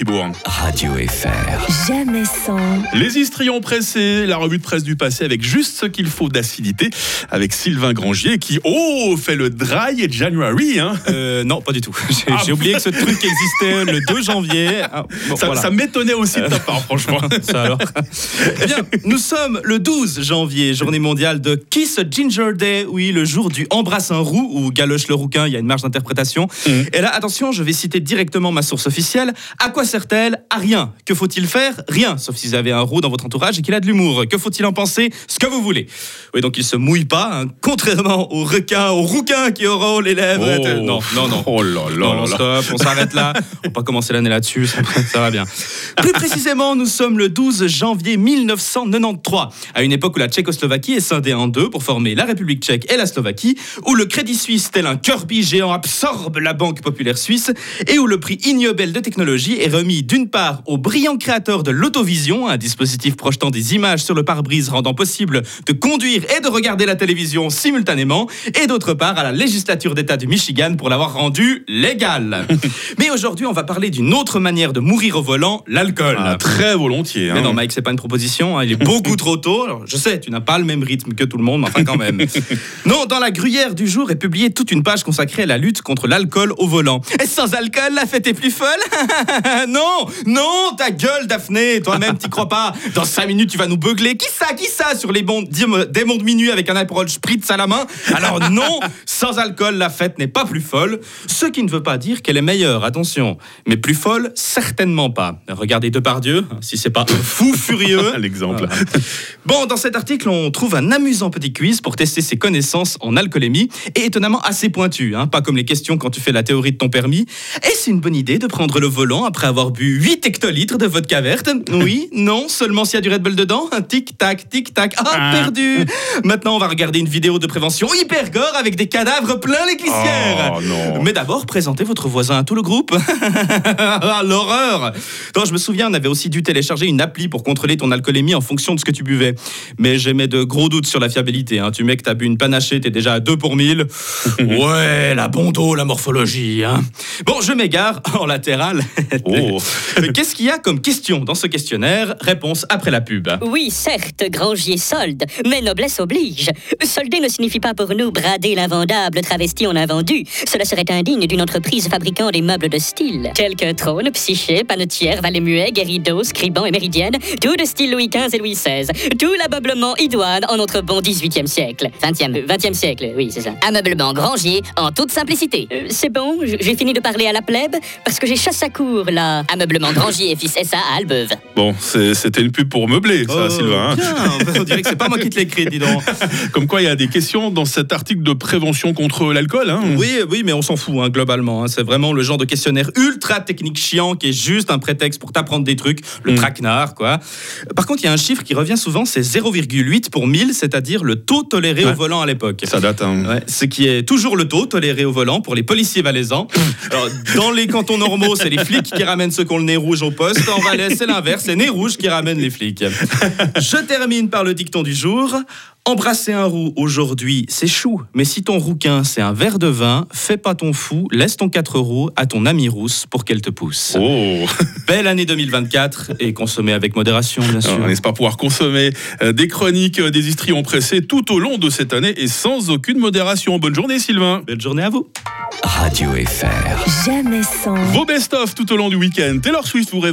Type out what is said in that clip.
Fribourg. Radio FR. Jamais sans. Les histrions pressés, la revue de presse du passé avec juste ce qu'il faut d'acidité, avec Sylvain Grangier qui, fait le Dry January. Hein. Non, pas du tout. J'ai oublié que ce truc existait le 2 janvier. Ça m'étonnait aussi de ta part, franchement. Ça alors. Eh bien, nous sommes le 12 janvier, journée mondiale de Kiss a Ginger Day. Oui, le jour du embrasse un roux ou galoche le rouquin, il y a une marge d'interprétation. Et là, attention, je vais citer directement ma source officielle. À quoi sert-elle? À rien. Que faut-il faire? Rien, sauf si vous avez un roux dans votre entourage et qu'il a de l'humour. Que faut-il en penser? Ce que vous voulez. Oui, donc il se mouille pas, hein, contrairement aux requins, aux rouquins qui auront les lèvres. Non. Oh là là. Non, stop, on s'arrête là. On va pas commencer l'année là-dessus, ça va bien. Plus précisément, nous sommes le 12 janvier 1993, à une époque où la Tchécoslovaquie est scindée en deux pour former la République tchèque et la Slovaquie, où le Crédit Suisse, tel un Kirby géant, absorbe la Banque populaire suisse, et où le prix Ig Nobel de technologie est remis d'une part au brillant créateur de l'autovision, un dispositif projetant des images sur le pare-brise rendant possible de conduire et de regarder la télévision simultanément, et d'autre part à la législature d'État du Michigan pour l'avoir rendu légal. Mais aujourd'hui, on va parler d'une autre manière de mourir au volant, l'alcool. Très volontiers. Hein. Mais non, Mike, c'est pas une proposition, hein, il est beaucoup trop tôt. Alors, je sais, tu n'as pas le même rythme que tout le monde, mais enfin quand même. Non, dans la Gruyère du jour est publiée toute une page consacrée à la lutte contre l'alcool au volant. Et sans alcool, la fête est plus folle. Non, ta gueule, Daphné, toi-même, t'y crois pas. Dans 5 minutes, tu vas nous beugler. Qui ça sur les démons de minuit avec un Aperol Spritz à la main? Alors non, sans alcool, la fête n'est pas plus folle. Ce qui ne veut pas dire qu'elle est meilleure, attention. Mais plus folle, certainement pas. Regardez Depardieu, si c'est pas un fou furieux. L'exemple. Voilà. Bon, dans cet article, on trouve un amusant petit quiz pour tester ses connaissances en alcoolémie, et étonnamment assez pointu, hein, pas comme les questions quand tu fais la théorie de ton permis. Est-ce une bonne idée de prendre le volant après avoir bu 8 hectolitres de vodka verte? Oui, non, seulement s'il y a du Red Bull dedans. Tic-tac, tic-tac, perdu. Maintenant, on va regarder une vidéo de prévention hyper gore avec des cadavres plein les glissières. Oh non. Mais d'abord, présentez votre voisin à tout le groupe. L'horreur. Non, je me souviens, on avait aussi dû télécharger une appli pour contrôler ton alcoolémie en fonction de ce que tu buvais. Mais j'émets de gros doutes sur la fiabilité. Hein. Tu mets que t'as bu une panachée, t'es déjà à 2 pour 1000. Ouais, la bondo, la morphologie. Hein. Bon, je m'égare en latéral. Qu'est-ce qu'il y a comme question dans ce questionnaire? Réponse après la pub. Oui, certes, Grangier solde, mais noblesse oblige. Solder ne signifie pas pour nous brader l'invendable travesti en invendu. Cela serait indigne d'une entreprise fabriquant des meubles de style, tels que trône, psyché, panetière, valet muet, guéridos, scriban et méridienne, tout de style Louis XV et Louis XVI. Tout l'ameublement idoine en notre bon 18e siècle. 20e siècle, oui, c'est ça. Ameublement Grangier en toute simplicité. C'est bon, j'ai fini de parler à la plèbe, parce que j'ai chasse à court, là. Ameublement Grangier et fils SA à Albeuve. Bon, c'était une pub pour meubler, ça, Sylvain. Bien, on dirait que c'est pas moi qui te l'ai écrit, dis donc. Comme quoi, il y a des questions dans cet article de prévention contre l'alcool. Hein. Oui, mais on s'en fout, hein, globalement. Hein. C'est vraiment le genre de questionnaire ultra technique chiant qui est juste un prétexte pour t'apprendre des trucs, le traquenard, quoi. Par contre, il y a un chiffre qui revient souvent, c'est 0,8 pour 1000, c'est-à-dire le taux toléré au volant à l'époque. Ça date, hein. Ouais, ce qui est toujours le taux toléré au volant pour les policiers valaisans. Alors, dans les cantons normaux, c'est les flics qui ramènent ceux qui ont le nez rouge au poste. En Valais, c'est l'inverse, c'est nez rouge qui ramènent les flics. Je termine par le dicton du jour. Embrasser un roux aujourd'hui, c'est chou. Mais si ton rouquin, c'est un verre de vin, fais pas ton fou, laisse ton 4 roues à ton amie rousse pour qu'elle te pousse. Belle année 2024 et consommez avec modération, bien sûr. On espère pouvoir consommer des chroniques des histrions pressés tout au long de cette année et sans aucune modération. Bonne journée, Sylvain. Belle journée à vous. Radio FR. Jamais sans. Vos best-of tout au long du week-end. Taylor Swift vous révèle